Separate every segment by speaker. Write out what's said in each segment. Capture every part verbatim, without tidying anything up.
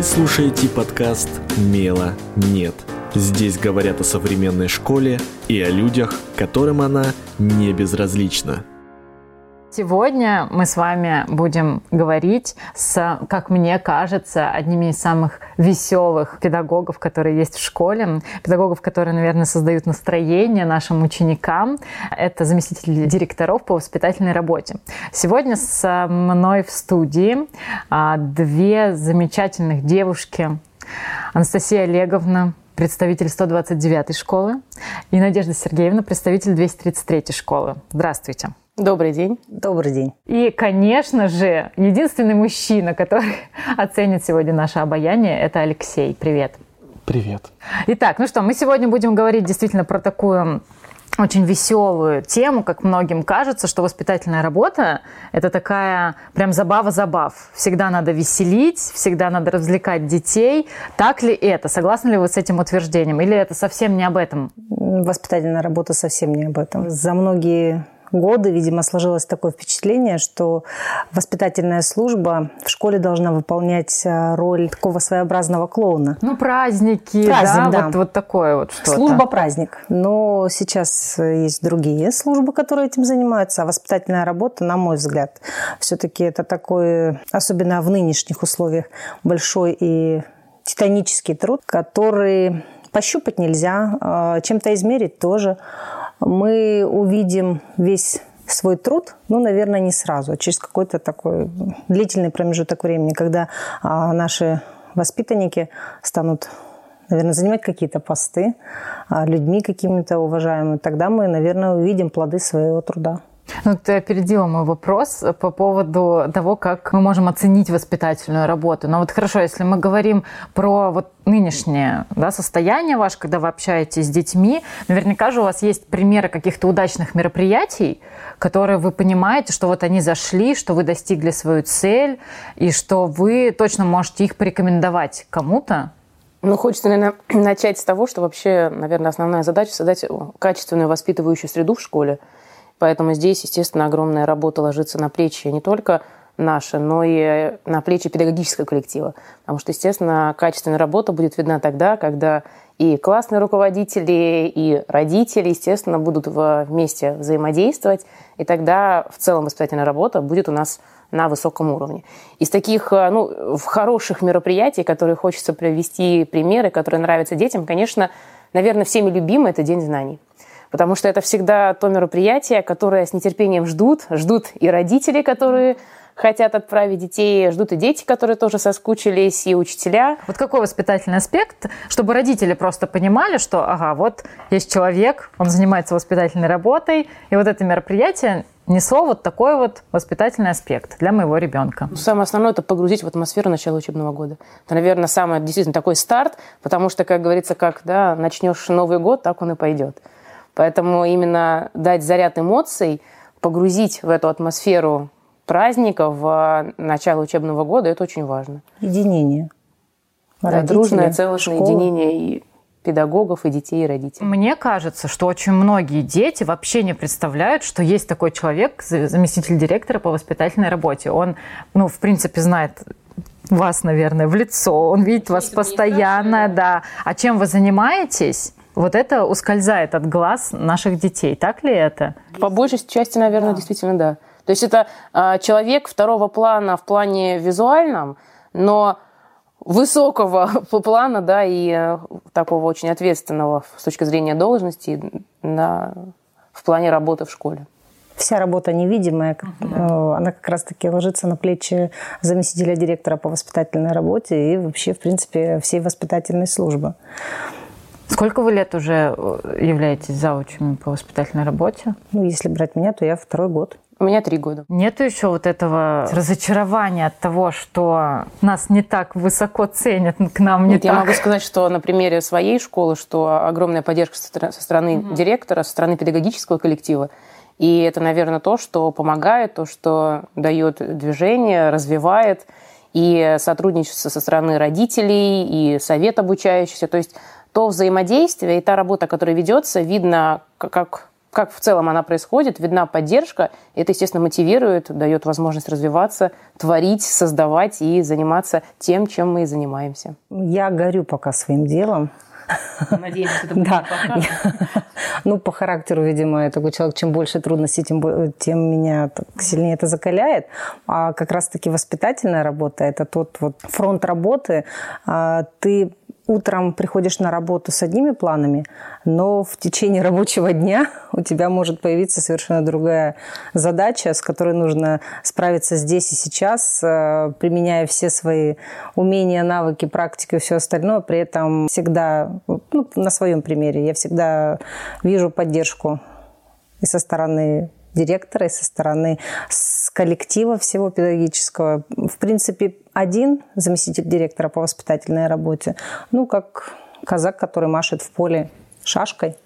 Speaker 1: слушаете подкаст «Мела нет». Здесь говорят о современной школе и о людях, которым она не безразлична.
Speaker 2: Сегодня мы с вами будем говорить с, как мне кажется, одними из самых веселых педагогов, которые есть в школе. Педагогов, которые, наверное, создают настроение нашим ученикам. Это заместители директоров по воспитательной работе. Сегодня со мной в студии две замечательных девушки. Анастасия Олеговна, представитель сто двадцать девятой школы, и Надежда Сергеевна, представитель двести тридцать третьей школы. Здравствуйте.
Speaker 3: Добрый день.
Speaker 4: Добрый день.
Speaker 2: И, конечно же, единственный мужчина, который оценит сегодня наше обаяние, это Алексей. Привет.
Speaker 5: Привет.
Speaker 2: Итак, ну что, мы сегодня будем говорить действительно про такую очень веселую тему, как многим кажется, что воспитательная работа – это такая прям забава-забав. Всегда надо веселить, всегда надо развлекать детей. Так ли это? Согласны ли вы с этим утверждением? Или это совсем не об этом?
Speaker 4: Воспитательная работа совсем не об этом. За многие годы, видимо, сложилось такое впечатление, что воспитательная служба в школе должна выполнять роль такого своеобразного клоуна.
Speaker 2: Ну, праздники,
Speaker 4: Праздник,
Speaker 2: да,
Speaker 4: да.
Speaker 2: Вот, вот такое вот что-то.
Speaker 4: Служба-праздник. Но сейчас есть другие службы, которые этим занимаются, а воспитательная работа, на мой взгляд, все-таки это такой, особенно в нынешних условиях, большой и титанический труд, который пощупать нельзя, чем-то измерить тоже. Мы увидим весь свой труд, ну, наверное, не сразу, а через какой-то такой длительный промежуток времени, когда а, наши воспитанники станут, наверное, занимать какие-то посты, а, людьми какими-то уважаемыми, тогда мы, наверное, увидим плоды своего труда.
Speaker 2: Ну, ты опередила мой вопрос по поводу того, как мы можем оценить воспитательную работу. Но вот хорошо, если мы говорим про вот нынешнее, да, состояние ваше, когда вы общаетесь с детьми, наверняка же у вас есть примеры каких-то удачных мероприятий, которые вы понимаете, что вот они зашли, что вы достигли свою цель, и что вы точно можете их порекомендовать кому-то.
Speaker 3: Ну, хочется, наверное, начать с того, что вообще, наверное, основная задача – создать качественную воспитывающую среду в школе. Поэтому здесь, естественно, огромная работа ложится на плечи не только наши, но и на плечи педагогического коллектива. Потому что, естественно, качественная работа будет видна тогда, когда и классные руководители, и родители, естественно, будут вместе взаимодействовать. И тогда в целом воспитательная работа будет у нас на высоком уровне. Из таких, ну, хороших мероприятий, которые хочется привести примеры, которые нравятся детям, конечно, наверное, всеми любимый – это День знаний. Потому что это всегда то мероприятие, которое с нетерпением ждут. Ждут и родители, которые хотят отправить детей, ждут и дети, которые тоже соскучились, и учителя.
Speaker 2: Вот какой воспитательный аспект, чтобы родители просто понимали, что, ага, вот есть человек, он занимается воспитательной работой, и вот это мероприятие несло вот такой вот воспитательный аспект для моего ребенка.
Speaker 3: Самое основное – это погрузить в атмосферу начала учебного года. Это, наверное, самый действительно такой старт, потому что, как говорится, как да, начнешь Новый год, так он и пойдет. Поэтому именно дать заряд эмоций, погрузить в эту атмосферу праздника в начало учебного года – это очень важно.
Speaker 4: Единение.
Speaker 3: Да, дружное, целостное школы. Единение и педагогов, и детей, и родителей.
Speaker 2: Мне кажется, что очень многие дети вообще не представляют, что есть такой человек, заместитель директора по воспитательной работе. Он, ну, в принципе, знает вас, наверное, в лицо, он видит вас постоянно, да. А чем вы занимаетесь? Вот это ускользает от глаз наших детей. Так ли это?
Speaker 3: По большей части, наверное, да. Действительно, да. То есть это э, человек второго плана в плане визуальном, но высокого плана, да, и э, такого очень ответственного с точки зрения должности на, в плане работы в школе.
Speaker 4: Вся работа невидимая, uh-huh. она как раз-таки ложится на плечи заместителя директора по воспитательной работе и вообще, в принципе, всей воспитательной службы.
Speaker 2: Сколько вы лет уже являетесь заучами по воспитательной работе?
Speaker 4: Ну, если брать меня, то я второй год.
Speaker 3: У меня три года.
Speaker 2: Нету еще вот этого разочарования от того, что нас не так высоко ценят, к нам не
Speaker 3: Нет,
Speaker 2: так?
Speaker 3: Я могу сказать, что на примере своей школы, что огромная поддержка со стороны угу. директора, со стороны педагогического коллектива. И это, наверное, то, что помогает, то, что дает движение, развивает. И сотрудничество со стороны родителей, и совет обучающихся. То есть то взаимодействие и та работа, которая ведется, видно, как как в целом она происходит, видна поддержка, это, естественно, мотивирует, дает возможность развиваться, творить, создавать и заниматься тем, чем мы и занимаемся.
Speaker 4: Я горю пока своим делом.
Speaker 3: Надеюсь, что это будет
Speaker 4: да.
Speaker 3: пока.
Speaker 4: Ну, по характеру, видимо, я такой человек, чем больше трудностей, тем, тем меня так сильнее это закаляет. А как раз-таки воспитательная работа – это тот вот фронт работы. Ты утром приходишь на работу с одними планами, но в течение рабочего дня у тебя может появиться совершенно другая задача, с которой нужно справиться здесь и сейчас, применяя все свои умения, навыки, практики и все остальное. При этом всегда, ну, на своем примере, я всегда вижу поддержку и со стороны директора, и со стороны коллектива всего педагогического. В принципе, один заместитель директора по воспитательной работе, ну, как казак, который машет в поле шашкой.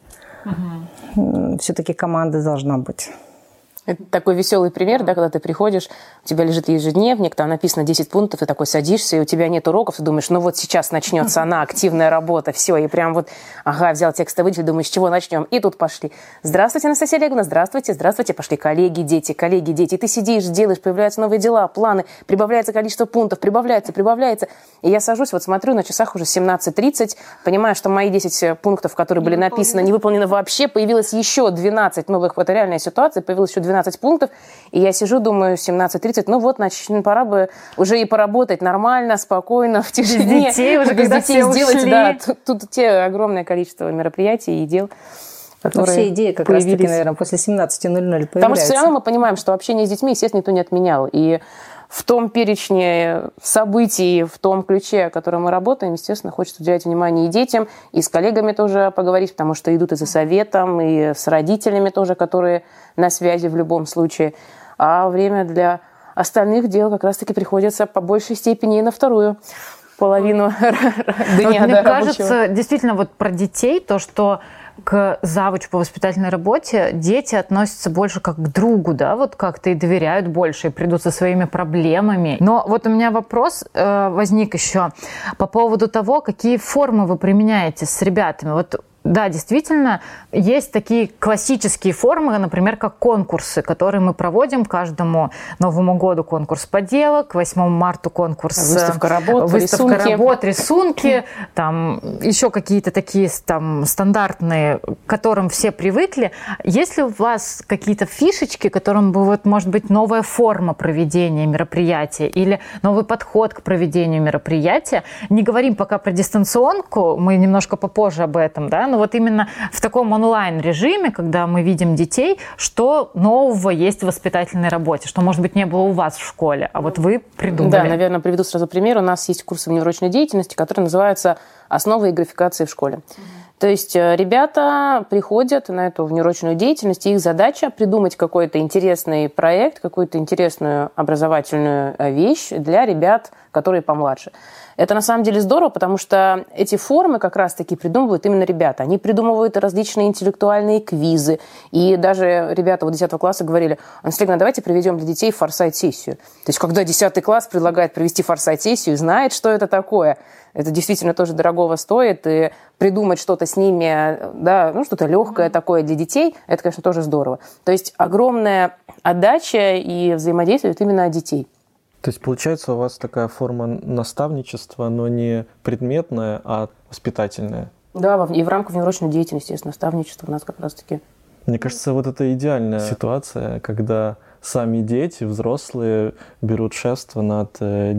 Speaker 4: Угу. Все-таки команда должна быть.
Speaker 3: Это такой веселый пример, да, когда ты приходишь, у тебя лежит ежедневник, там написано десять пунктов, ты такой садишься, и у тебя нет уроков, ты думаешь, ну вот сейчас начнется она, активная работа, все, и прям вот, ага, взял текстовый выделил, думаешь, с чего начнем? И тут пошли. Здравствуйте, Анастасия Олеговна, здравствуйте, здравствуйте, пошли коллеги, дети, коллеги, дети. И ты сидишь, делаешь, появляются новые дела, планы, прибавляется количество пунктов, прибавляется, прибавляется. И я сажусь, вот смотрю, на часах уже семнадцать тридцать, понимаю, что мои десять пунктов, которые были написаны, не выполнены вообще, появилось еще двенадцать новых, это реальная ситуация, появилось еще двенадцать пунктов, и я сижу, думаю, семнадцать тридцать, ну вот, значит, пора бы уже и поработать нормально, спокойно, в тишине.
Speaker 2: Без детей уже,
Speaker 3: без
Speaker 2: когда
Speaker 3: детей
Speaker 2: все
Speaker 3: сделать,
Speaker 2: ушли.
Speaker 3: да, тут, тут те огромное количество мероприятий и дел, которые
Speaker 4: ну, все идеи как раз-таки, наверное, после семнадцати ноль ноль появляются.
Speaker 3: Потому что все равно мы понимаем, что общение с детьми, естественно, никто не отменял, и в том перечне событий, в том ключе, о котором мы работаем, естественно, хочется уделять внимание и детям, и с коллегами тоже поговорить, потому что идут и за советом, и с родителями тоже, которые на связи в любом случае. А время для остальных дел как раз-таки приходится по большей степени и на вторую половину дня.
Speaker 2: Мне кажется, действительно, вот про детей, то, что к завучу по воспитательной работе дети относятся больше как к другу, да, вот как-то и доверяют больше, и придут со своими проблемами. Но вот у меня вопрос э, возник еще по поводу того, какие формы вы применяете с ребятами. Вот да, действительно, есть такие классические формы, например, как конкурсы, которые мы проводим каждому Новому году. Конкурс поделок, к восьмому марта конкурс
Speaker 3: выставка работ,
Speaker 2: выставка
Speaker 3: рисунки.
Speaker 2: работ, рисунки, там еще какие-то такие там стандартные, к которым все привыкли. Есть ли у вас какие-то фишечки, которым бы, вот, может быть, новая форма проведения мероприятия или новый подход к проведению мероприятия? Не говорим пока про дистанционку, мы немножко попозже об этом, да, но вот именно в таком онлайн-режиме, когда мы видим детей, что нового есть в воспитательной работе, что, может быть, не было у вас в школе, а вот вы придумали.
Speaker 3: Да, наверное, приведу сразу пример. У нас есть курсы внеурочной деятельности, которые называются «Основы графикации в школе». То есть ребята приходят на эту внеурочную деятельность, и их задача придумать какой-то интересный проект, какую-то интересную образовательную вещь для ребят, которые помладше. Это на самом деле здорово, потому что эти формы как раз-таки придумывают именно ребята. Они придумывают различные интеллектуальные квизы. И даже ребята вот десятого класса говорили: Анастасия Олеговна, давайте проведем для детей форсайт-сессию. То есть когда десятый класс предлагает провести форсайт-сессию, знает, что это такое. Это действительно тоже дорогого стоит. И придумать что-то с ними, да, ну, что-то легкое такое для детей, это, конечно, тоже здорово. То есть огромная отдача и взаимодействие именно от детей.
Speaker 5: То есть, получается, у вас такая форма наставничества, но не предметная, а воспитательная.
Speaker 3: Да, и в рамках внеурочной деятельности, естественно, наставничество у нас как раз-таки.
Speaker 5: Мне кажется, вот это идеальная ситуация, когда сами дети, взрослые, берут шефство над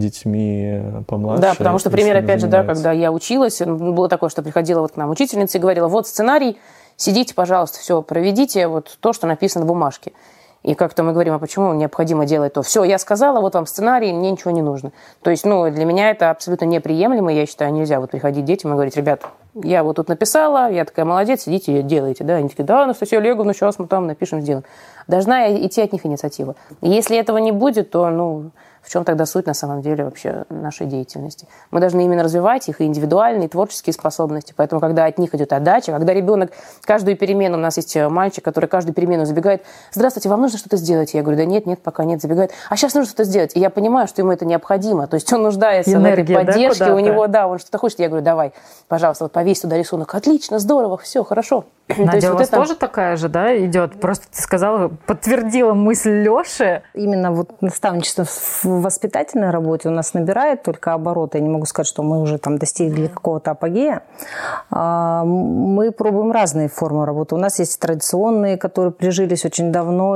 Speaker 5: детьми помладше.
Speaker 3: Да, потому что пример, опять же, да, когда я училась, было такое, что приходила вот к нам учительница и говорила: вот сценарий, сидите, пожалуйста, все, проведите вот то, что написано в бумажке. И как-то мы говорим: а почему необходимо делать то? Все, я сказала, вот вам сценарий, мне ничего не нужно. То есть, ну, для меня это абсолютно неприемлемо, я считаю, нельзя вот приходить детям и говорить: ребят, я вот тут написала, я такая молодец, идите и делайте. Да? Они такие: да, Анастасия Олеговна, сейчас мы там напишем, сделаем. Должна идти от них инициатива. И если этого не будет, то, ну, в чем тогда суть на самом деле вообще нашей деятельности? Мы должны именно развивать их и индивидуальные, и творческие способности. Поэтому, когда от них идет отдача, когда ребенок каждую перемену, у нас есть мальчик, который каждую перемену забегает: здравствуйте, вам нужно что-то сделать? Я говорю: да нет, нет, пока нет, забегает. А сейчас нужно что-то сделать. И я понимаю, что ему это необходимо. То есть он нуждается энергия, в этой поддержке, да, у него, да, он что-то хочет. Я говорю: давай, пожалуйста, вот поверь повесить туда рисунок. Отлично, здорово, все, хорошо.
Speaker 2: Надя,
Speaker 3: То есть
Speaker 2: у
Speaker 3: вот
Speaker 2: вас
Speaker 3: это...
Speaker 2: тоже такая же, да, идет? Просто ты сказала, подтвердила мысль Лёши.
Speaker 4: Именно вот наставничество в воспитательной работе у нас набирает только обороты. Я не могу сказать, что мы уже там достигли какого-то апогея. Мы пробуем разные формы работы. У нас есть традиционные, которые прижились очень давно,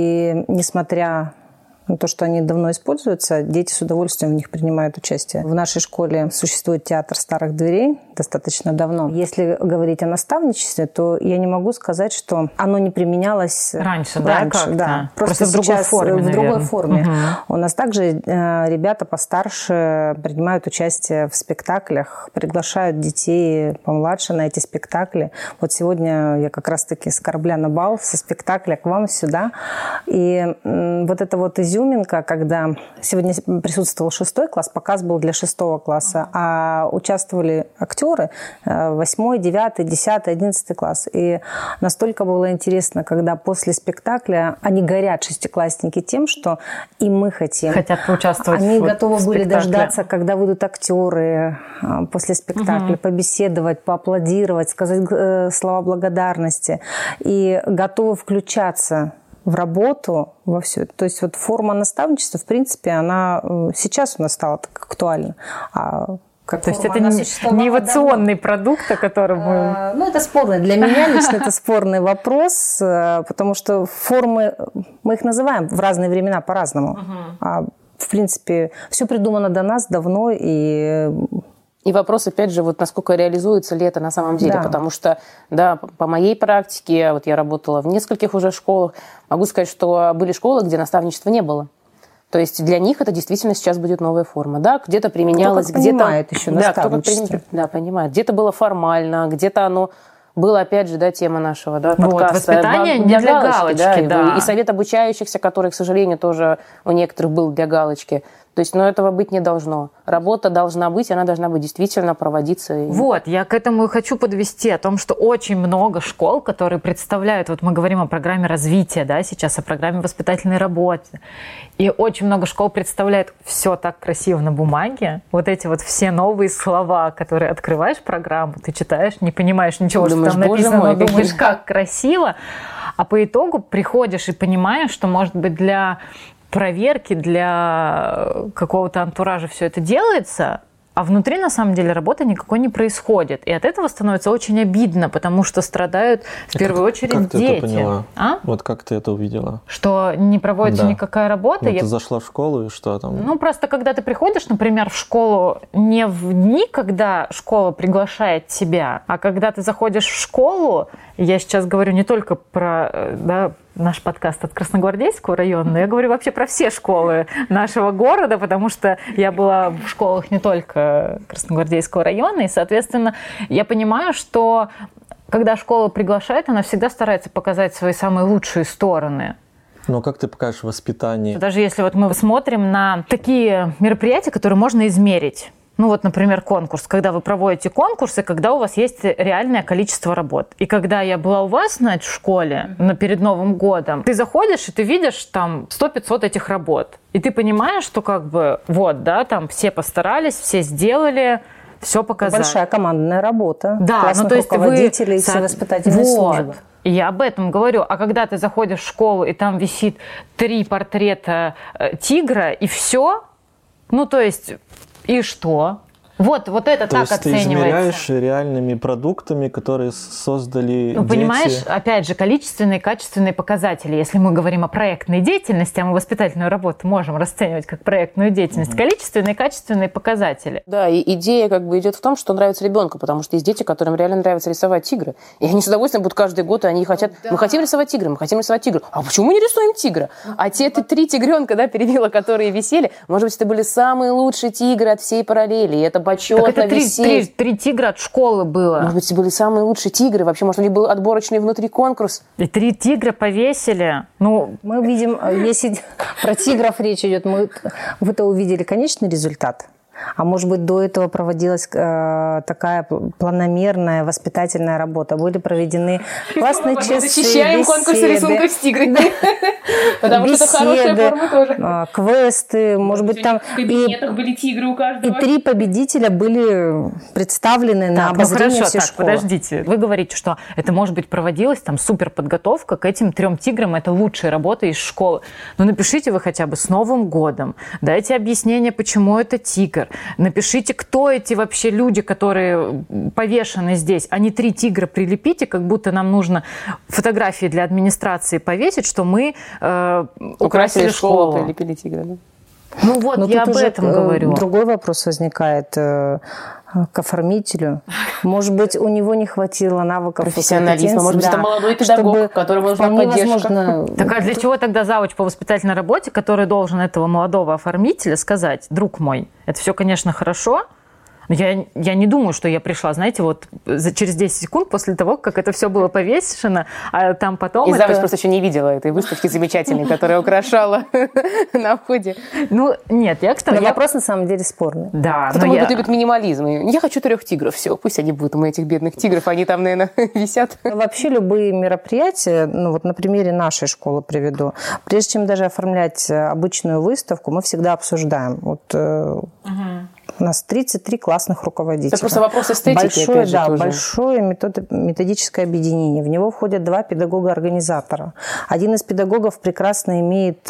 Speaker 4: и несмотря на то, что они давно используются, дети с удовольствием в них принимают участие. В нашей школе существует театр старых дверей достаточно давно. Если говорить о наставничестве, то я не могу сказать, что оно не применялось
Speaker 2: раньше, да,
Speaker 4: раньше,
Speaker 2: как-то?
Speaker 4: да.
Speaker 2: Просто, Просто в другой форме,
Speaker 4: в другой
Speaker 2: наверное.
Speaker 4: форме.
Speaker 2: Угу.
Speaker 4: У нас также э, ребята постарше принимают участие в спектаклях, приглашают детей помладше на эти спектакли. Вот сегодня я как раз-таки с корабля на бал, со спектакля к вам сюда. И э, вот это вот изюминка, когда сегодня присутствовал шестой класс, показ был для шестого класса, а участвовали актеры восьмой, девятый, десятый, одиннадцатый класс. И настолько было интересно, когда после спектакля они горят, шестиклассники, тем, что и мы хотим.
Speaker 2: Хотят поучаствовать.
Speaker 4: Они
Speaker 2: в
Speaker 4: готовы
Speaker 2: в
Speaker 4: были
Speaker 2: спектакле.
Speaker 4: дождаться, когда выйдут актеры после спектакля, угу. побеседовать, поаплодировать, сказать слова благодарности. И готовы включаться в работу, во все. То есть вот форма наставничества, в принципе, она сейчас у нас стала так актуальна. А как
Speaker 2: То есть это не инновационный давно. продукт, о котором мы...
Speaker 4: А, ну, это спорный. Для меня лично это спорный вопрос, потому что формы, мы их называем в разные времена по-разному. Uh-huh. А, в принципе, все придумано до нас давно, и...
Speaker 3: И вопрос, опять же, вот насколько реализуется ли это на самом деле, да. Потому что, да, по моей практике, вот я работала в нескольких уже школах, могу сказать, что были школы, где наставничества не было. То есть для них это действительно сейчас будет новая форма, да, где-то применялось,
Speaker 4: кто как
Speaker 3: где-то...
Speaker 4: понимает еще
Speaker 3: да,
Speaker 4: наставничество.
Speaker 3: Кто как, да, понимает. Где-то было формально, где-то оно... Было, опять же, да, тема нашего да,
Speaker 2: вот,
Speaker 3: подкаста.
Speaker 2: Воспитание не для галочки, галочки да.
Speaker 3: да. И совет обучающихся, который, к сожалению, тоже у некоторых был для галочки. То есть, но этого быть не должно. Работа должна быть, она должна быть действительно проводиться.
Speaker 2: Вот, я к этому и хочу подвести, о том, что очень много школ, которые представляют, вот мы говорим о программе развития, да, сейчас о программе воспитательной работы, и очень много школ представляют все так красиво на бумаге, вот эти вот все новые слова, которые открываешь программу, ты читаешь, не понимаешь ничего, думаешь, что там написано, мой, но думаешь, как красиво, а по итогу приходишь и понимаешь, что, может быть, для... проверки, для какого-то антуража все это делается, а внутри, на самом деле, работы никакой не происходит. И от этого становится очень обидно, потому что страдают в а первую
Speaker 5: как,
Speaker 2: очередь
Speaker 5: как
Speaker 2: дети.
Speaker 5: Ты это поняла?
Speaker 2: А?
Speaker 5: Вот как ты это увидела?
Speaker 2: Что не проводится да. никакая работа.
Speaker 5: Ну,
Speaker 2: я...
Speaker 5: Ты зашла в школу, и что там?
Speaker 2: Ну, просто когда ты приходишь, например, в школу не в дни, когда школа приглашает тебя, а когда ты заходишь в школу, я сейчас говорю не только про... Да, наш подкаст от Красногвардейского района, но я говорю вообще про все школы нашего города, потому что я была в школах не только Красногвардейского района, и, соответственно, я понимаю, что когда школа приглашает, она всегда старается показать свои самые лучшие стороны.
Speaker 5: Но как ты покажешь воспитание?
Speaker 2: Даже если вот мы смотрим на такие мероприятия, которые можно измерить. Ну вот, например, конкурс. Когда вы проводите конкурсы, когда у вас есть реальное количество работ. И когда я была у вас, значит, в школе на, перед Новым годом, ты заходишь, и ты видишь там сто-пятьсот этих работ. И ты понимаешь, что как бы вот, да, там все постарались, все сделали, все показали.
Speaker 4: Большая командная работа.
Speaker 2: Да,
Speaker 4: классных
Speaker 2: ну то есть
Speaker 4: руководителей,
Speaker 2: вы...
Speaker 4: все воспитательные
Speaker 2: вот.
Speaker 4: службы.
Speaker 2: И я об этом говорю. А когда ты заходишь в школу, и там висит три портрета э, тигра, и все, ну то есть... И что? Вот, вот это
Speaker 5: То
Speaker 2: так
Speaker 5: есть
Speaker 2: оценивается.
Speaker 5: ты измеряешь реальными продуктами, которые создали
Speaker 2: Ну,
Speaker 5: дети.
Speaker 2: понимаешь, опять же, количественные и качественные показатели. Если мы говорим о проектной деятельности, а мы воспитательную работу можем расценивать как проектную деятельность, угу. количественные и качественные показатели.
Speaker 3: Да, и идея как бы идет в том, что нравится ребенку, потому что есть дети, которым реально нравится рисовать тигра. И они с удовольствием будут каждый год, и они хотят, да. мы хотим рисовать тигра, мы хотим рисовать тигра. А почему мы не рисуем тигра? А те ты, три тигренка, да, перебила, которые висели, может быть, это были самые лучшие тигры от всей параллели, и это почетно висеть.
Speaker 2: Три, три тигра от школы было.
Speaker 3: Может быть, это были самые лучшие тигры. Вообще, может, у них был отборочный внутри конкурс.
Speaker 2: И три тигра повесили. Ну,
Speaker 4: мы видим, если про тигров речь идет, мы вы-то увидели конечный результат. А может быть, до этого проводилась э, такая планомерная воспитательная работа? Были проведены классные часы,
Speaker 3: защищаем конкурсы рисунков с тиграми. Потому что это хорошая форма тоже.
Speaker 4: Квесты, может быть, там...
Speaker 3: В кабинетах были тигры у каждого.
Speaker 4: И три победителя были представлены на обозрение всей школы.
Speaker 2: Подождите, вы говорите, что это, может быть, проводилась там суперподготовка к этим трем тиграм, это лучшая работа из школы. Но напишите вы хотя бы с Новым годом, дайте объяснение, почему это тигр. Напишите, кто эти вообще люди, которые повешены здесь. А не три тигра прилепите, как будто нам нужно фотографии для администрации повесить, что мы э, украсили, украсили школу.
Speaker 3: школу. Прилепили тигра, да?
Speaker 2: Ну вот, Но я об этом говорю.
Speaker 4: Другой вопрос возникает э, к оформителю. Может быть, у него не хватило навыков,
Speaker 3: профессионализма. Может быть, да, это молодой педагог, которому нужна поддержка.
Speaker 4: Возможно...
Speaker 2: Так а для чего тогда завуч по воспитательной работе, который должен этого молодого оформителя сказать: друг мой, это все, конечно, хорошо, но я, я не думаю, что я пришла, знаете, вот за, через десять секунд после того, как это все было повешено, а там потом...
Speaker 3: И
Speaker 2: это...
Speaker 3: завуч просто еще не видела этой выставки замечательной, которая украшала на входе.
Speaker 2: Ну, нет, я, кстати...
Speaker 4: Но вопрос на самом деле спорный.
Speaker 2: Да,
Speaker 3: Кто-то, может
Speaker 2: я...
Speaker 3: быть, любит минимализм. Я хочу трех тигров, все, пусть они будут у этих бедных тигров, они там, наверное, висят.
Speaker 4: Вообще любые мероприятия, ну вот на примере нашей школы приведу, прежде чем даже оформлять обычную выставку, мы всегда обсуждаем. Вот... Угу. У нас тридцать три классных руководителя.
Speaker 3: Это просто вопрос эстетики,
Speaker 4: большое,
Speaker 3: опять же,
Speaker 4: да,
Speaker 3: тоже.
Speaker 4: Большое метод, методическое объединение. В него входят два педагога-организатора. Один из педагогов прекрасно имеет,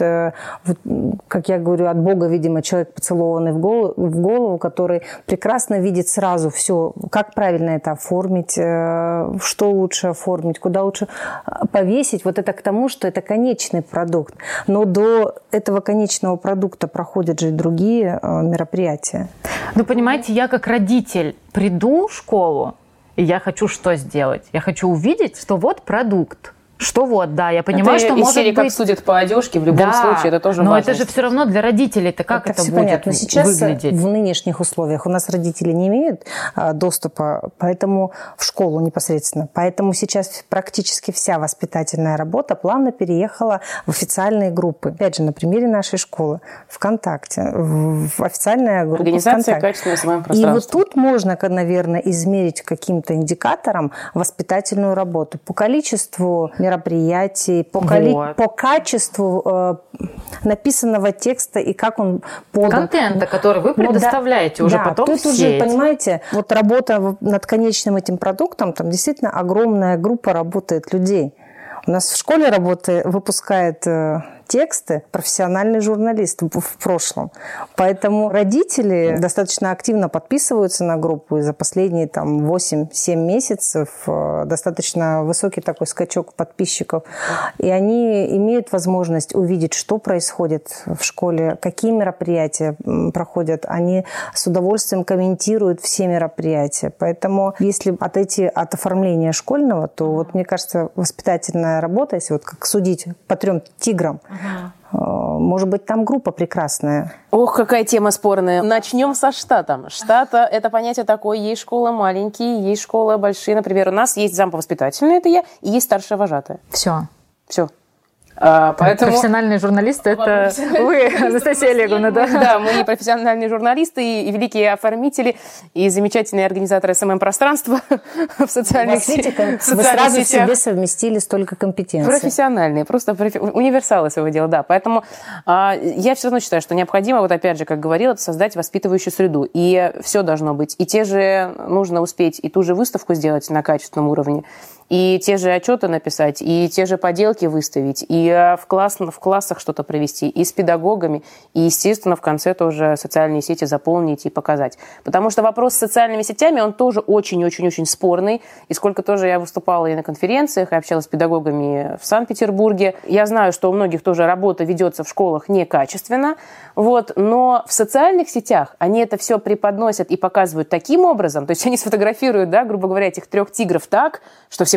Speaker 4: как я говорю, от Бога, видимо, человек, поцелованный в голову, в голову, который прекрасно видит сразу все, как правильно это оформить, что лучше оформить, куда лучше повесить. Вот это к тому, что это конечный продукт. Но до этого конечного продукта проходят же и другие мероприятия.
Speaker 2: Ну, понимаете, я как родитель приду в школу, и я хочу что сделать? Я хочу увидеть, что вот продукт. Что вот, да, я понимаю,
Speaker 3: это
Speaker 2: что
Speaker 3: из
Speaker 2: может
Speaker 3: серии,
Speaker 2: быть...
Speaker 3: как судят по одежке, в любом
Speaker 2: да,
Speaker 3: случае, это тоже
Speaker 2: но
Speaker 3: важно.
Speaker 2: это же все равно для родителей-то как это, это будет
Speaker 4: понятно. Сейчас
Speaker 2: выглядеть?
Speaker 4: В нынешних условиях у нас родители не имеют а, доступа, поэтому в школу непосредственно. Поэтому сейчас практически вся воспитательная работа плавно переехала в официальные группы. Опять же, на примере нашей школы. ВКонтакте. В, в официальная группа
Speaker 3: Организация
Speaker 4: ВКонтакте.
Speaker 3: качественного самого пространства.
Speaker 4: И вот тут можно, наверное, измерить каким-то индикатором воспитательную работу. По количеству мероприятий, По, коли... вот. по качеству э, написанного текста и как он подан.
Speaker 2: Контента, который вы предоставляете ну, да, уже
Speaker 4: да,
Speaker 2: потом
Speaker 4: тут
Speaker 2: в сеть.
Speaker 4: Уже, понимаете, вот работа над конечным этим продуктом, там действительно огромная группа работает людей. У нас в школе работает, выпускает э, тексты профессиональный журналист в, в прошлом. Поэтому родители достаточно активно подписываются на группу, и за последние там, восемь-семь месяцев э, достаточно высокий такой скачок подписчиков. И они имеют возможность увидеть, что происходит в школе, какие мероприятия проходят. Они с удовольствием комментируют все мероприятия. Поэтому если отойти от оформления школьного, то вот, мне кажется, воспитательная работа, если вот как судить по трем тиграм, может быть, там группа прекрасная.
Speaker 3: Ох, какая тема спорная. Начнем со штата. Штата – это понятие такое. Есть школы маленькие, есть школы большие. Например, у нас есть замповоспитательная, это я, и есть старшая вожатая.
Speaker 2: Все.
Speaker 3: Все. А, поэтому...
Speaker 2: Профессиональные журналисты – это вы, Анастасия Олеговна, да?
Speaker 3: Да, мы и профессиональные журналисты, и великие оформители, и замечательные организаторы эс эм эм-пространства в социальных сетях.
Speaker 4: Вы сразу в себе совместили столько компетенций.
Speaker 3: Профессиональные, просто профи... универсалы своего дела, да. Поэтому а, я все равно считаю, что необходимо, вот опять же, как говорила, создать воспитывающую среду. И все должно быть. И те же нужно успеть и ту же выставку сделать на качественном уровне, и те же отчеты написать, и те же поделки выставить, и в, класс, в классах что-то провести, и с педагогами, и, естественно, в конце тоже социальные сети заполнить и показать. Потому что вопрос с социальными сетями, он тоже очень-очень-очень спорный. И сколько тоже я выступала и на конференциях, и общалась с педагогами в Санкт-Петербурге. Я знаю, что у многих тоже работа ведется в школах некачественно, вот, но в социальных сетях они это все преподносят и показывают таким образом, то есть они сфотографируют, да, грубо говоря, этих трех тигров так, что все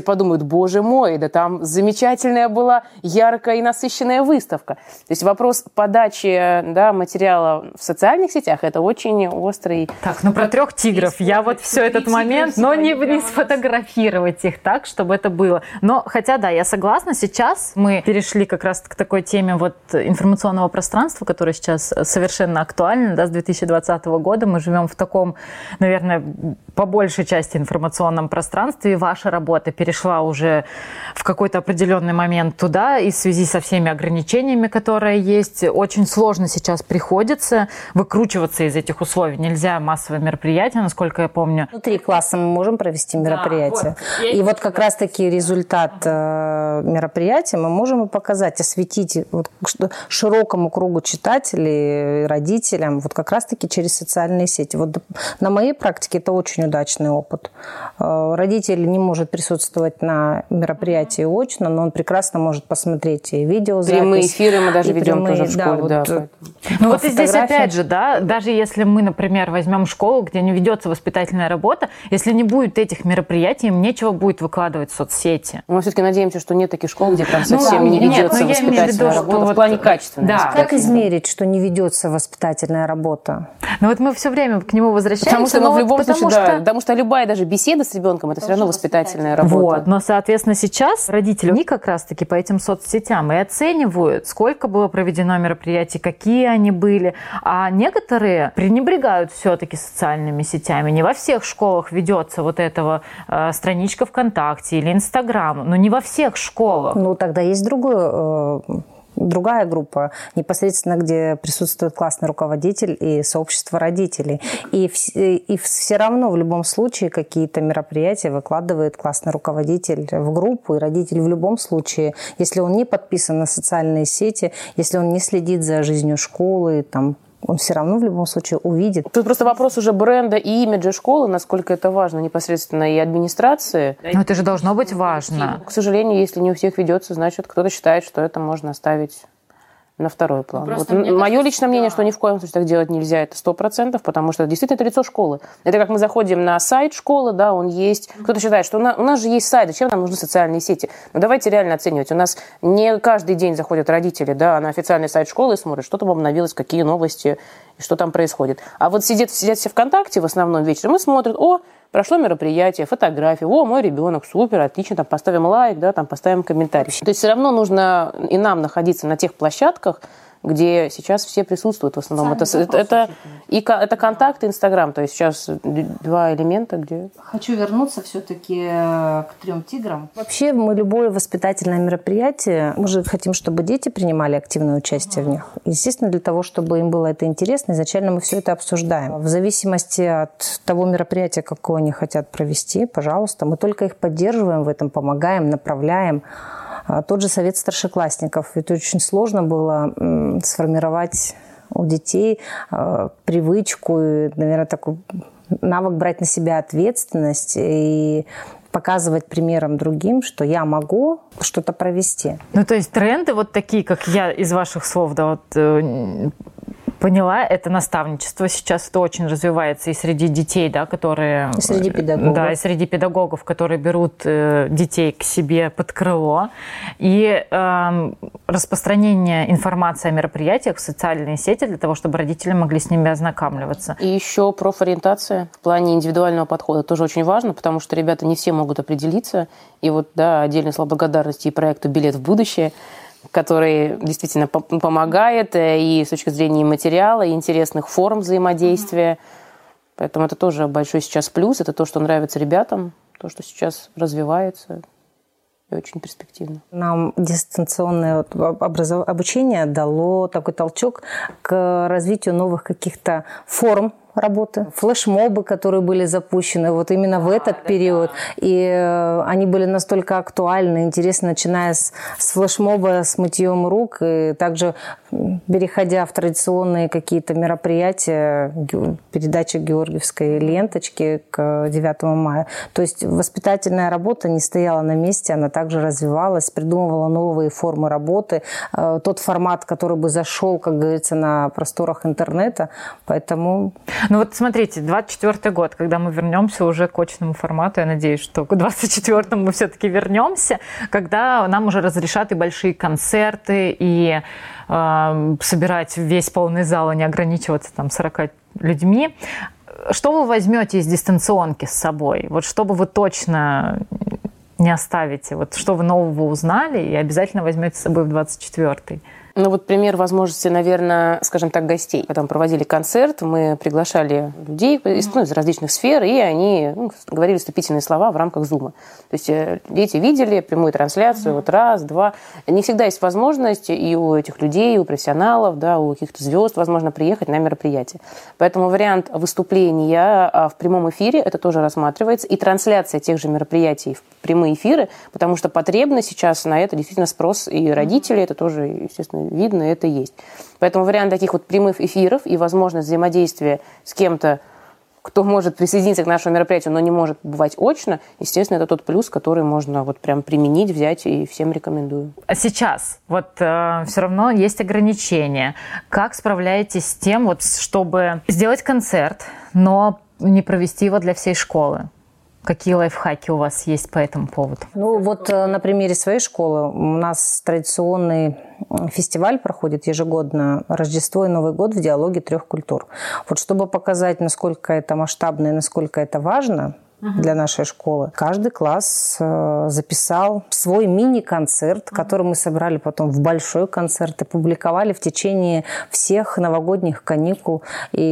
Speaker 3: все подумают, боже мой, да там замечательная была яркая и насыщенная выставка. То есть вопрос подачи, да, материала в социальных сетях – это очень острый.
Speaker 2: Так, ну про трех тигров. Я вот все этот момент, но не, не сфотографировать их так, чтобы это было. Но, хотя, да, я согласна, сейчас мы перешли как раз к такой теме вот информационного пространства, которое сейчас совершенно актуально, да, с две тысячи двадцатого года. Мы живем в таком, наверное, по большей части информационном пространстве. И ваша работа перешла уже в какой-то определенный момент туда, и в связи со всеми ограничениями, которые есть, очень сложно сейчас приходится выкручиваться из этих условий. Нельзя массовые мероприятия, насколько я помню.
Speaker 4: Внутри класса мы можем провести мероприятие. Да, вот. И вот как раз-таки результат э, мероприятия мы можем и показать, осветить вот, широкому кругу читателей, родителям, вот как раз-таки через социальные сети. Вот на моей практике это очень удачный опыт. Родитель не может присутствовать на мероприятии очно, но он прекрасно может посмотреть и видеозапись.
Speaker 3: Прямые эфиры мы даже ведем
Speaker 4: прямые,
Speaker 3: тоже в школе.
Speaker 4: Да,
Speaker 3: да,
Speaker 4: вот,
Speaker 2: ну вот и здесь опять же, да, даже если мы, например, возьмем школу, где не ведется воспитательная работа, если не будет этих мероприятий, им нечего будет выкладывать в соцсети.
Speaker 3: Мы все-таки надеемся, что нет таких школ, где прям совсем ну, не
Speaker 2: нет,
Speaker 3: ведется воспитательная виду, работа в
Speaker 2: вот,
Speaker 3: плане качественной.
Speaker 2: Да.
Speaker 4: Как измерить, что не ведется воспитательная работа?
Speaker 2: Ну вот мы все время к нему возвращаемся.
Speaker 3: Потому что, ну, в любом
Speaker 2: вот,
Speaker 3: случае,
Speaker 2: что...
Speaker 3: да, потому что любая даже беседа с ребенком, это все равно воспитательная работа.
Speaker 2: Вот, но, соответственно, сейчас родители, они как раз-таки по этим соцсетям и оценивают, сколько было проведено мероприятий, какие они были. А некоторые пренебрегают все-таки социальными сетями. Не во всех школах ведется вот этого э, страничка ВКонтакте или Инстаграм, но не во всех школах.
Speaker 4: Ну, тогда есть другое... Э... Другая группа, непосредственно, где присутствует классный руководитель и сообщество родителей. И, и все равно в любом случае какие-то мероприятия выкладывает классный руководитель в группу, и родитель в любом случае, если он не подписан на социальные сети, если он не следит за жизнью школы, там, он все равно в любом случае увидит.
Speaker 3: Тут просто вопрос уже бренда и имиджа школы, насколько это важно непосредственно и администрации.
Speaker 2: Но это же должно быть важно.
Speaker 3: К сожалению, если не у всех ведется, значит, кто-то считает, что это можно оставить на второй план. Вот мое кажется, личное мнение, да. что ни в коем случае так делать нельзя, это сто процентов, потому что действительно это лицо школы. Это как мы заходим на сайт школы, да, он есть. Кто-то считает, что у нас, у нас же есть сайт, зачем нам нужны социальные сети? Но давайте реально оценивать. У нас не каждый день заходят родители, да, на официальный сайт школы и смотрят, что там обновилось, какие новости, и что там происходит. А вот сидят, сидят все ВКонтакте в основном вечером и смотрят, о, прошло мероприятие, фотографии, о, мой ребенок, супер, отлично, там поставим лайк, да, там поставим комментарий. То есть все равно нужно и нам находиться на тех площадках, где сейчас все присутствуют в основном. Это, это, это, и, это контакт и Инстаграм. То есть сейчас два элемента, где...
Speaker 4: Хочу вернуться все-таки к трем тиграм. Вообще мы любое воспитательное мероприятие, мы же хотим, чтобы дети принимали активное участие в них. Естественно, для того, чтобы им было это интересно, изначально мы все это обсуждаем. В зависимости от того мероприятия, какое они хотят провести, пожалуйста, мы только их поддерживаем в этом, помогаем, направляем. Тот же совет старшеклассников. Это очень сложно было сформировать у детей привычку, наверное, такой навык брать на себя ответственность и показывать примером другим, что я могу что-то провести.
Speaker 2: Ну, то есть тренды вот такие, как я из ваших слов, да, вот... Поняла, это наставничество сейчас это очень развивается и среди детей, да, которые...
Speaker 4: И среди педагогов.
Speaker 2: Да, и среди педагогов, которые берут э, детей к себе под крыло. И э, распространение информации о мероприятиях в социальные сети для того, чтобы родители могли с ними ознакомливаться.
Speaker 3: И еще профориентация в плане индивидуального подхода тоже очень важно, потому что ребята не все могут определиться. И вот, да, отдельная слова благодарности и проекту «Билет в будущее», который действительно помогает и с точки зрения материала, и интересных форм взаимодействия. Mm-hmm. Поэтому это тоже большой сейчас плюс. Это то, что нравится ребятам, то, что сейчас развивается и очень перспективно.
Speaker 4: Нам дистанционное образов... обучение дало такой толчок к развитию новых каких-то форм работы, флешмобы, которые были запущены вот именно в этот а, период. Да, да. И они были настолько актуальны, интересны, начиная с, с флешмоба, с мытьем рук, и также переходя в традиционные какие-то мероприятия, передача георгиевской ленточки к девятому мая. То есть воспитательная работа не стояла на месте, она также развивалась, придумывала новые формы работы, тот формат, который бы зашел, как говорится, на просторах интернета. Поэтому...
Speaker 2: Ну вот смотрите, двадцать четвёртый год, когда мы вернемся уже к очному формату, я надеюсь, что к двадцать четвёртому мы все-таки вернемся, когда нам уже разрешат и большие концерты, и э, собирать весь полный зал, и не ограничиваться там сорока людьми. Что вы возьмете из дистанционки с собой? Вот что бы вы точно не оставите? Вот что вы нового узнали и обязательно возьмете с собой в двадцать четвёртый?
Speaker 3: Ну вот пример возможности, наверное, скажем так, гостей. Когда мы проводили концерт, мы приглашали людей из, ну, из различных сфер, и они ну, говорили вступительные слова в рамках Зума. То есть дети видели прямую трансляцию, mm-hmm. вот раз, два. Не всегда есть возможность и у этих людей, и у профессионалов, да, у каких-то звезд, возможно, приехать на мероприятие. Поэтому вариант выступления в прямом эфире, это тоже рассматривается, и трансляция тех же мероприятий в прямые эфиры, потому что потребность сейчас на это действительно спрос и родителей, это тоже, естественно, видно, это есть. Поэтому вариант таких вот прямых эфиров и возможность взаимодействия с кем-то, кто может присоединиться к нашему мероприятию, но не может бывать очно, естественно, это тот плюс, который можно вот прям применить, взять, и всем рекомендую.
Speaker 2: А сейчас вот э, все равно есть ограничения. Как справляетесь с тем, вот, чтобы сделать концерт, но не провести его для всей школы? Какие лайфхаки у вас есть по этому поводу?
Speaker 4: Ну вот на примере своей школы у нас традиционный фестиваль проходит ежегодно «Рождество и Новый год в диалоге трех культур». Вот чтобы показать, насколько это масштабно и насколько это важно для нашей школы, каждый класс записал свой мини-концерт, который мы собрали потом в большой концерт и публиковали в течение всех новогодних каникул.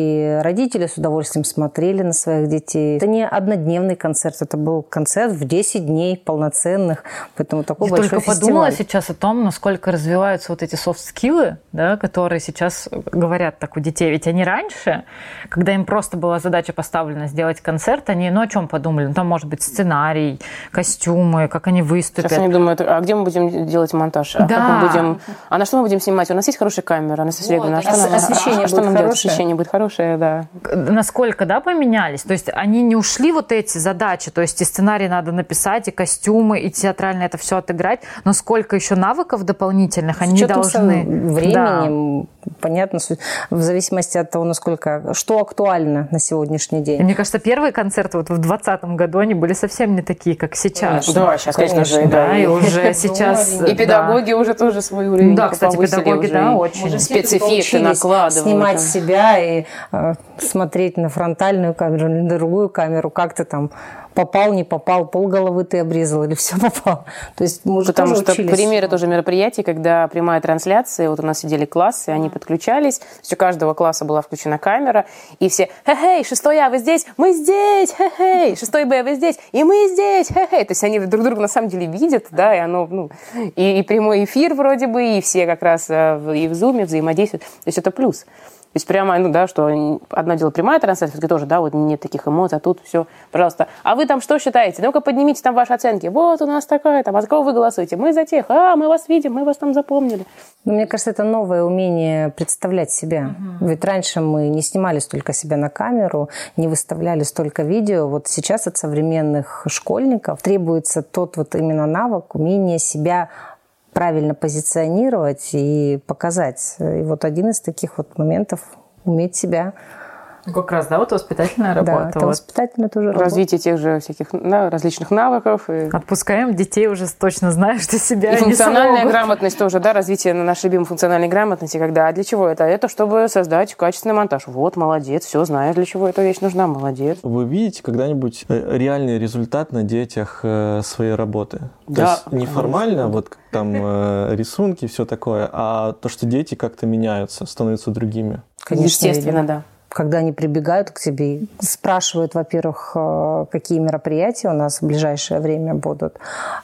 Speaker 4: И родители с удовольствием смотрели на своих детей. Это не однодневный концерт, это был концерт в десять дней полноценных. Поэтому такой
Speaker 2: Я
Speaker 4: большой
Speaker 2: только
Speaker 4: фестиваль.
Speaker 2: подумала сейчас о том, насколько развиваются вот эти софт-скиллы, да, которые сейчас говорят так у детей. Ведь они раньше, когда им просто была задача поставлена сделать концерт, они, ну, о чем подумали? Ну, там может быть сценарий, костюмы, как они выступят.
Speaker 3: Сейчас они думают, а где мы будем делать монтаж? А,
Speaker 2: да.
Speaker 3: как мы будем... а на что мы будем снимать? У нас есть хорошая камера, Анастасия вот, Олеговна, а что нам...
Speaker 4: освещение,
Speaker 3: а,
Speaker 4: будет
Speaker 3: что нам делать?
Speaker 4: хорошее?
Speaker 3: Освещение будет хорошее, да.
Speaker 2: Насколько, да, поменялись? То есть они не ушли вот эти задачи, то есть и сценарий надо написать, и костюмы, и театрально это все отыграть, но сколько еще навыков дополнительных они должны...
Speaker 4: Временем, да. Понятно, в зависимости от того, насколько... Что актуально на сегодняшний день.
Speaker 2: И мне кажется, первые концерты вот в двадцатом году они были совсем не такие, как сейчас.
Speaker 3: Конечно. Да, сейчас, конечно,
Speaker 2: конечно
Speaker 3: же.
Speaker 2: Да,
Speaker 3: да,
Speaker 2: и уже сейчас...
Speaker 3: И педагоги уже тоже свой уровень
Speaker 2: Да, кстати, педагоги,
Speaker 3: уже,
Speaker 2: да, очень.
Speaker 3: Уже спецэффекты накладывают.
Speaker 4: Снимать себя и э, смотреть на фронтальную камеру, на другую камеру, как ты там попал, не попал, полголовы ты обрезал или все попал. То есть мы уже
Speaker 3: Потому
Speaker 4: тоже
Speaker 3: что
Speaker 4: учились.
Speaker 3: примеры тоже мероприятий, когда прямая трансляция, вот у нас сидели классы, они подключались, то есть у каждого класса была включена камера, и все «Хе-хей, шестой А, вы здесь? Мы здесь! Хе-хей! Шестой Б, вы здесь? И мы здесь! Хе-хей!» То есть они друг друга на самом деле видят, да, и оно, ну, и, и прямой эфир вроде бы, и все как раз и в зуме взаимодействуют. То есть это плюс. То есть прямо, ну да, что одно дело прямая трансляция, все-таки тоже, да, вот нет таких эмоций, а тут все, пожалуйста. А вы там что считаете? Ну-ка поднимите там ваши оценки. Вот у нас такая, там, а за кого вы голосуете? Мы за тех. А, мы вас видим, мы вас там запомнили.
Speaker 4: Ну, мне кажется, это новое умение представлять себя. Uh-huh. Ведь раньше мы не снимали столько себя на камеру, не выставляли столько видео. Вот сейчас от современных школьников требуется тот вот именно навык, умение себя правильно позиционировать и показать. И вот один из таких вот моментов – уметь себя.
Speaker 2: Как раз, да, вот воспитательная работа.
Speaker 4: Да, это
Speaker 2: вот.
Speaker 4: воспитательная тоже работа.
Speaker 3: Развитие тех же всяких да, различных навыков. И...
Speaker 2: Отпускаем детей уже точно зная, что себя
Speaker 3: и
Speaker 2: не
Speaker 3: функциональная
Speaker 2: смогут.
Speaker 3: грамотность тоже, да, развитие нашей любимой функциональной грамотности, когда, а для чего это? Это чтобы создать качественный монтаж. Вот, молодец, все, знаешь, для чего эта вещь нужна, молодец.
Speaker 5: Вы видите когда-нибудь реальный результат на детях своей работы?
Speaker 3: Да.
Speaker 5: То есть не формально, вот там рисунки, все такое, а то, что дети как-то меняются, становятся другими.
Speaker 3: Конечно, естественно, да.
Speaker 4: Когда они прибегают к тебе и спрашивают, во-первых, какие мероприятия у нас в ближайшее время будут,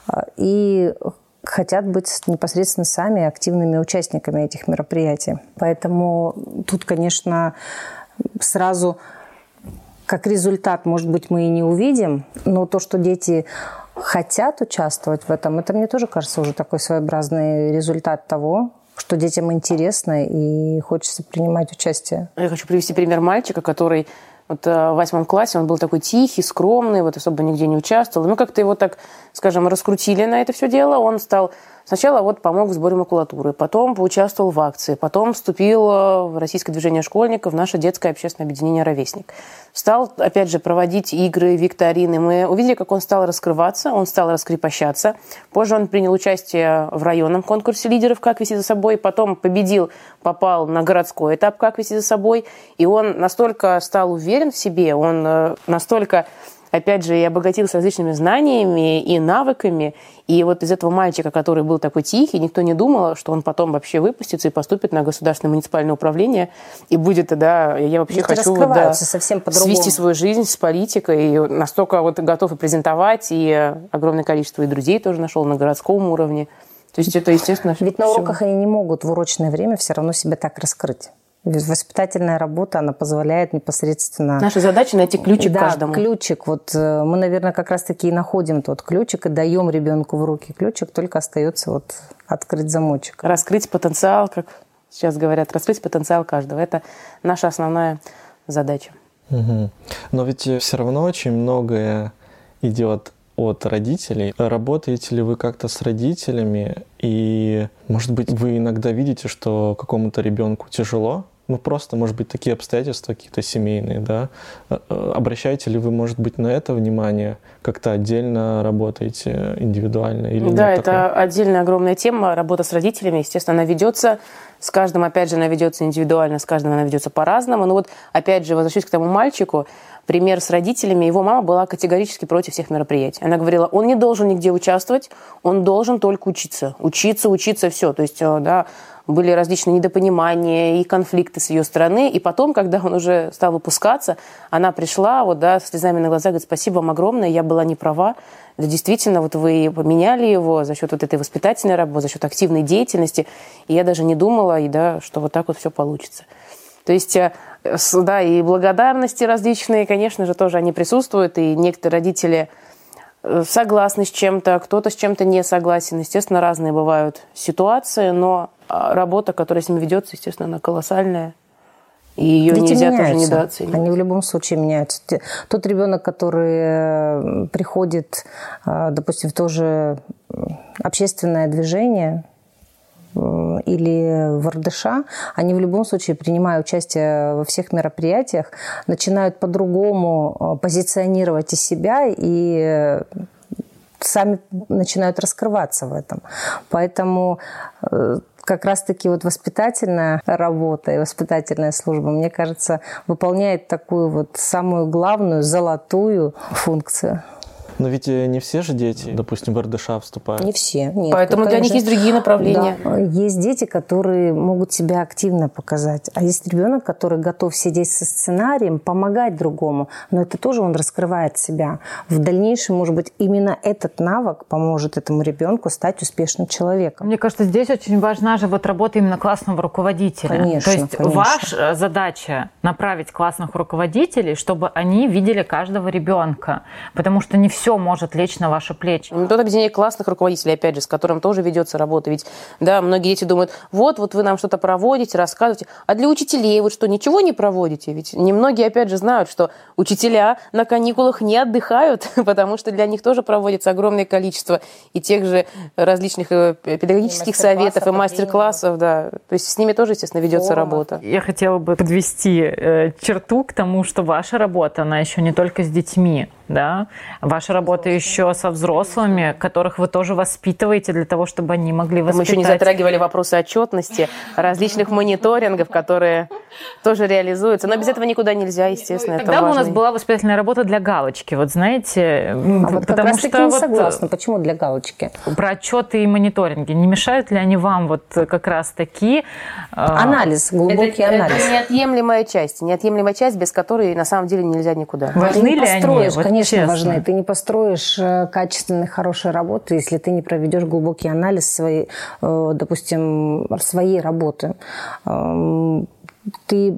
Speaker 4: и хотят быть непосредственно сами активными участниками этих мероприятий. Поэтому тут, конечно, сразу как результат, может быть, мы и не увидим, но то, что дети хотят участвовать в этом, это, мне тоже кажется, уже такой своеобразный результат того, что детям интересно и хочется принимать участие.
Speaker 3: Я хочу привести пример мальчика, который вот в восьмом классе, он был такой тихий, скромный, вот особо нигде не участвовал. Мы как-то его так, скажем, раскрутили на это все дело. Он стал Сначала вот помог в сборе макулатуры, потом поучаствовал в акции, потом вступил в Российское движение школьников, в наше детское общественное объединение «Ровесник». Стал, опять же, проводить игры, викторины. Мы увидели, как он стал раскрываться, он стал раскрепощаться. Позже он принял участие в районном конкурсе лидеров «Как вести за собой», потом победил, попал на городской этап «Как вести за собой». И он настолько стал уверен в себе, он настолько, опять же, и обогатился различными знаниями и навыками. И вот из этого мальчика, который был такой тихий, никто не думал, что он потом вообще выпустится и поступит на государственное муниципальное управление и будет, да, я вообще
Speaker 4: Ведь
Speaker 3: хочу вот, да,
Speaker 4: совсем
Speaker 3: свести свою жизнь с политикой. И настолько вот готов и презентовать, и огромное количество и друзей тоже нашел на городском уровне. То есть это, естественно,
Speaker 4: ведь
Speaker 3: все.
Speaker 4: на уроках они не могут в урочное время все равно себя так раскрыть. Воспитательная работа, она позволяет непосредственно...
Speaker 3: Наша задача найти ключик
Speaker 4: да,
Speaker 3: каждому.
Speaker 4: ключик. Вот мы, наверное, как раз-таки и находим тот ключик и даем ребенку в руки ключик, только остается вот открыть замочек.
Speaker 3: Раскрыть потенциал, как сейчас говорят, раскрыть потенциал каждого. Это наша основная задача.
Speaker 5: Угу. Но ведь все равно очень многое идет от родителей. Работаете ли вы как-то с родителями? И, может быть, вы иногда видите, что какому-то ребенку тяжело? Ну, просто, может быть, такие обстоятельства какие-то семейные, да? Обращаете ли вы, может быть, на это внимание? Как-то отдельно работаете, индивидуально или
Speaker 3: да,
Speaker 5: нет
Speaker 3: это
Speaker 5: такого?
Speaker 3: Отдельная огромная тема. Работа с родителями, естественно, она ведется. С каждым, опять же, она ведется индивидуально, с каждым она ведется по-разному. Но вот, опять же, возвращаясь к тому мальчику, пример с родителями. Его мама была категорически против всех мероприятий. Она говорила, он не должен нигде участвовать, он должен только учиться. Учиться, учиться, все. То есть, да, были различные недопонимания и конфликты с ее стороны. И потом, когда он уже стал выпускаться, она пришла вот, да, с слезами на глазах, говорит, спасибо вам огромное, я была не права. Да, действительно, вот вы поменяли его за счет вот этой воспитательной работы, за счет активной деятельности. И я даже не думала, и, да, что вот так вот все получится. То есть, да, и благодарности различные, конечно же, тоже они присутствуют. И некоторые родители согласны с чем-то, кто-то с чем-то не согласен. Естественно, разные бывают ситуации, но работа, которая с ними ведется, естественно, она колоссальная. И ее
Speaker 4: Дети
Speaker 3: нельзя
Speaker 4: меняются.
Speaker 3: тоже недооценивать.
Speaker 4: Они в любом случае меняются. Тот ребенок, который приходит, допустим, в то же общественное движение или в эр дэ ша, они в любом случае, принимая участие во всех мероприятиях, начинают по-другому позиционировать и себя, и сами начинают раскрываться в этом. Поэтому как раз-таки вот воспитательная работа и воспитательная служба, мне кажется, выполняет такую вот самую главную, золотую функцию.
Speaker 5: Но ведь не все же дети, допустим, в эр дэ ша вступают.
Speaker 4: Не все. Нет,
Speaker 3: Поэтому
Speaker 4: ну,
Speaker 3: для них есть другие направления.
Speaker 4: Да. Есть дети, которые могут себя активно показать. А есть ребенок, который готов сидеть со сценарием, помогать другому. Но это тоже он раскрывает себя. В дальнейшем, может быть, именно этот навык поможет этому ребенку стать успешным человеком.
Speaker 2: Мне кажется, здесь очень важна же вот работа именно классного руководителя.
Speaker 4: Конечно,
Speaker 2: То есть
Speaker 4: конечно.
Speaker 2: ваша задача направить классных руководителей, чтобы они видели каждого ребенка. Потому что не все все может лечь на ваши плечи.
Speaker 3: Тут объединение классных руководителей, опять же, с которым тоже ведется работа. Ведь, да, многие дети думают, вот, вот вы нам что-то проводите, рассказываете. А для учителей вы что, ничего не проводите? Ведь немногие, опять же, знают, что учителя на каникулах не отдыхают, потому что для них тоже проводится огромное количество и тех же различных педагогических и советов и мастер-классов. Да. То есть с ними тоже, естественно, ведется Форумов. Работа.
Speaker 2: Я хотела бы подвести э, черту к тому, что ваша работа, она еще не только с детьми. Да? Ваша работа еще со взрослыми, которых вы тоже воспитываете для того, чтобы они могли воспитать.
Speaker 3: Мы еще не затрагивали вопросы отчетности, различных мониторингов, которые тоже реализуются. Но без этого никуда нельзя, естественно.
Speaker 2: Тогда бы у нас была воспитательная работа для галочки. Вот знаете,
Speaker 4: а вот как раз таки не согласна. Почему для галочки?
Speaker 2: Про отчеты и мониторинги. Не мешают ли они вам вот как раз таки?
Speaker 4: Анализ, глубокий
Speaker 3: это,
Speaker 4: анализ.
Speaker 3: Это неотъемлемая часть. Неотъемлемая часть, без которой на самом деле нельзя никуда.
Speaker 2: Важны ли они?
Speaker 4: Вот конечно, честно. Важны. Ты не построишь качественной, хорошей работы, если ты не проведешь глубокий анализ своей, допустим, своей работы. Ты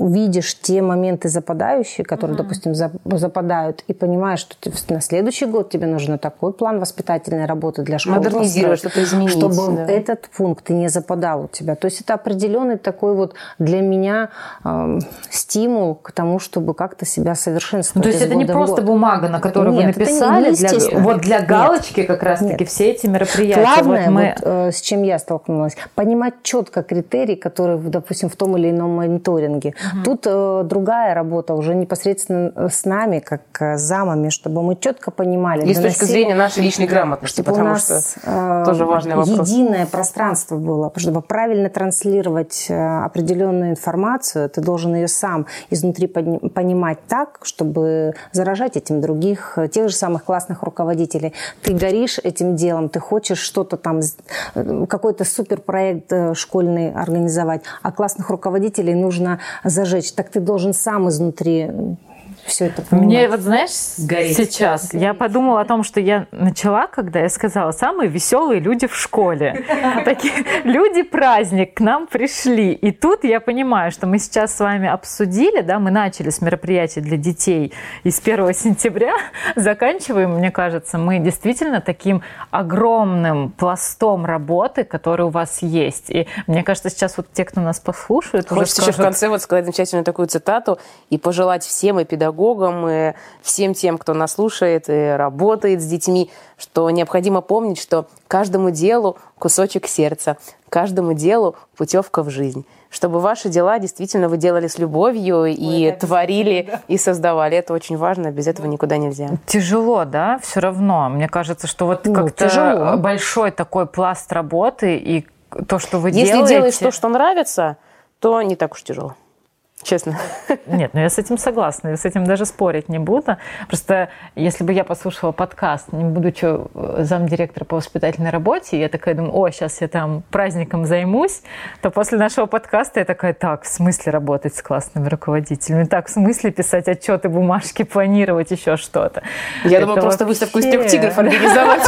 Speaker 4: видишь те моменты западающие, которые, mm-hmm. допустим, западают, и понимаешь, что на следующий год тебе нужен такой план воспитательной работы для школы.
Speaker 3: Модернизировать, что-то изменить.
Speaker 4: Чтобы
Speaker 3: да.
Speaker 4: этот пункт не западал у тебя. То есть это определенный такой вот для меня э, стимул к тому, чтобы как-то себя совершенствовать.
Speaker 2: То есть это не просто бумага, на которую
Speaker 4: Нет,
Speaker 2: вы написали,
Speaker 4: не,
Speaker 2: для, вот для галочки
Speaker 4: Нет.
Speaker 2: как раз-таки
Speaker 4: Нет.
Speaker 2: все эти мероприятия.
Speaker 4: Главное,
Speaker 2: вот мы...
Speaker 4: вот, э, с чем я столкнулась, понимать четко критерии, которые, допустим, в том или ином мониторинге. Угу. Тут э, другая работа уже непосредственно с нами, как э, замами, чтобы мы четко понимали.
Speaker 3: И с точки зрения нашей личной грамотности,
Speaker 4: чтобы
Speaker 3: потому
Speaker 4: у нас,
Speaker 3: что
Speaker 4: э,
Speaker 3: тоже важный вопрос.
Speaker 4: Единое пространство было, чтобы правильно транслировать э, определенную информацию, ты должен ее сам изнутри подни- понимать так, чтобы заражать этим других, тех же самых классных руководителей. Ты горишь этим делом, ты хочешь что-то там, какой-то суперпроект школьный организовать, а классных руководителей нужно зажечь. Так ты должен сам изнутри все это понимать.
Speaker 2: Мне вот, знаешь,
Speaker 3: Горит.
Speaker 2: сейчас Горит. Я подумала о том, что я начала, когда я сказала, самые веселые люди в школе. Такие люди-праздник к нам пришли. И тут я понимаю, что мы сейчас с вами обсудили, да, мы начали с мероприятий для детей, и с первого сентября заканчиваем, мне кажется, мы действительно таким огромным пластом работы, который у вас есть. И мне кажется, сейчас вот те, кто нас послушают,
Speaker 3: хочется
Speaker 2: уже
Speaker 3: еще в конце вот сказать замечательную такую цитату и пожелать всем и педагогам, и всем тем, кто нас слушает и работает с детьми, что необходимо помнить, что каждому делу кусочек сердца, каждому делу путевка в жизнь. Чтобы ваши дела действительно вы делали с любовью и Ой, творили, да. и создавали. Это очень важно, без этого никуда нельзя.
Speaker 2: Тяжело, да, все равно. Мне кажется, что вот ну, как-то тяжело. Большой такой пласт работы и то, что вы
Speaker 3: Если
Speaker 2: делаете...
Speaker 3: Если делаешь то, что нравится, то не так уж тяжело. Честно.
Speaker 2: Нет, ну я с этим согласна, я с этим даже спорить не буду. Просто если бы я послушала подкаст, не будучи замдиректора по воспитательной работе, я такая думаю, о, сейчас я там праздником займусь, то после нашего подкаста я такая, так, в смысле работать с классными руководителями? Так, в смысле писать отчеты, бумажки, планировать еще что-то?
Speaker 3: Я думала просто выставку из трех тигров организовать.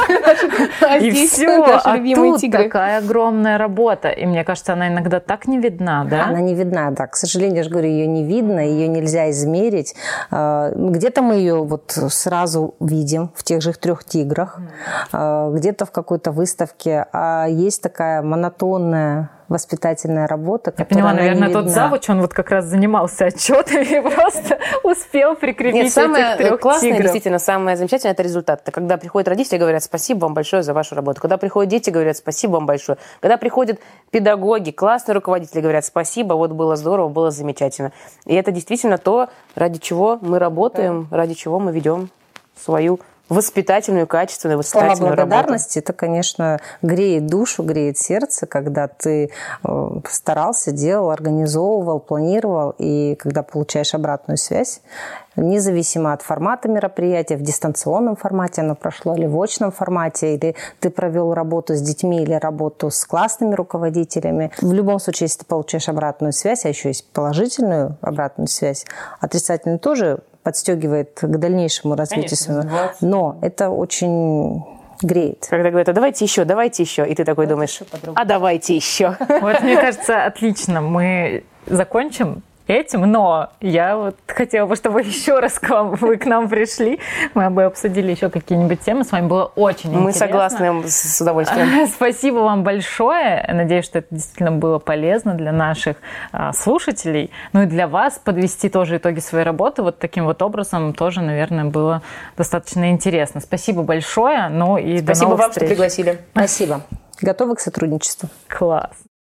Speaker 2: И все, а тут такая огромная работа. И мне кажется, она иногда так не видна, да?
Speaker 4: Она не видна, да. К сожалению, я же говорю, ее не видно, ее нельзя измерить. Где-то мы ее вот сразу видим в тех же трех тиграх, где-то в какой-то выставке. А есть такая монотонная воспитательная работа,
Speaker 2: я поняла, наверное, тот завуч, он вот как раз занимался отчетами и просто успел прикрепить
Speaker 3: Нет, самое
Speaker 2: этих трех
Speaker 3: классное,
Speaker 2: тигров.
Speaker 3: Действительно, самое замечательное – это результат. Это когда приходят родители, говорят спасибо вам большое за вашу работу. Когда приходят дети, говорят спасибо вам большое. Когда приходят педагоги, классные руководители, говорят спасибо, вот было здорово, было замечательно. И это действительно то, ради чего мы работаем, да. ради чего мы ведем свою воспитательную, качественную, воспитательную
Speaker 4: Слова благодарности,
Speaker 3: работу.
Speaker 4: Это, конечно, греет душу, греет сердце, когда ты старался, делал, организовывал, планировал, и когда получаешь обратную связь, независимо от формата мероприятия, в дистанционном формате оно прошло, или в очном формате, или ты провел работу с детьми, или работу с классными руководителями. В любом случае, если ты получаешь обратную связь, а еще есть положительную обратную связь, отрицательную тоже подстегивает к дальнейшему развитию своего. Но это очень греет.
Speaker 3: Когда говорят, а давайте еще, давайте еще. И ты такой давайте думаешь, а давайте еще.
Speaker 2: Вот, мне кажется, отлично. Мы закончим этим, но я вот хотела бы, чтобы еще раз к вам, вы к нам пришли, мы бы обсудили еще какие-нибудь темы. С вами было очень
Speaker 3: мы
Speaker 2: интересно.
Speaker 3: Мы согласны с удовольствием.
Speaker 2: Спасибо вам большое. Надеюсь, что это действительно было полезно для наших а, слушателей. Ну и для вас подвести тоже итоги своей работы вот таким вот образом тоже, наверное, было достаточно интересно. Спасибо большое. Ну и
Speaker 3: Спасибо
Speaker 2: до новых
Speaker 3: вам,
Speaker 2: встреч.
Speaker 3: что пригласили.
Speaker 4: Спасибо. Готовы к сотрудничеству.
Speaker 2: Класс.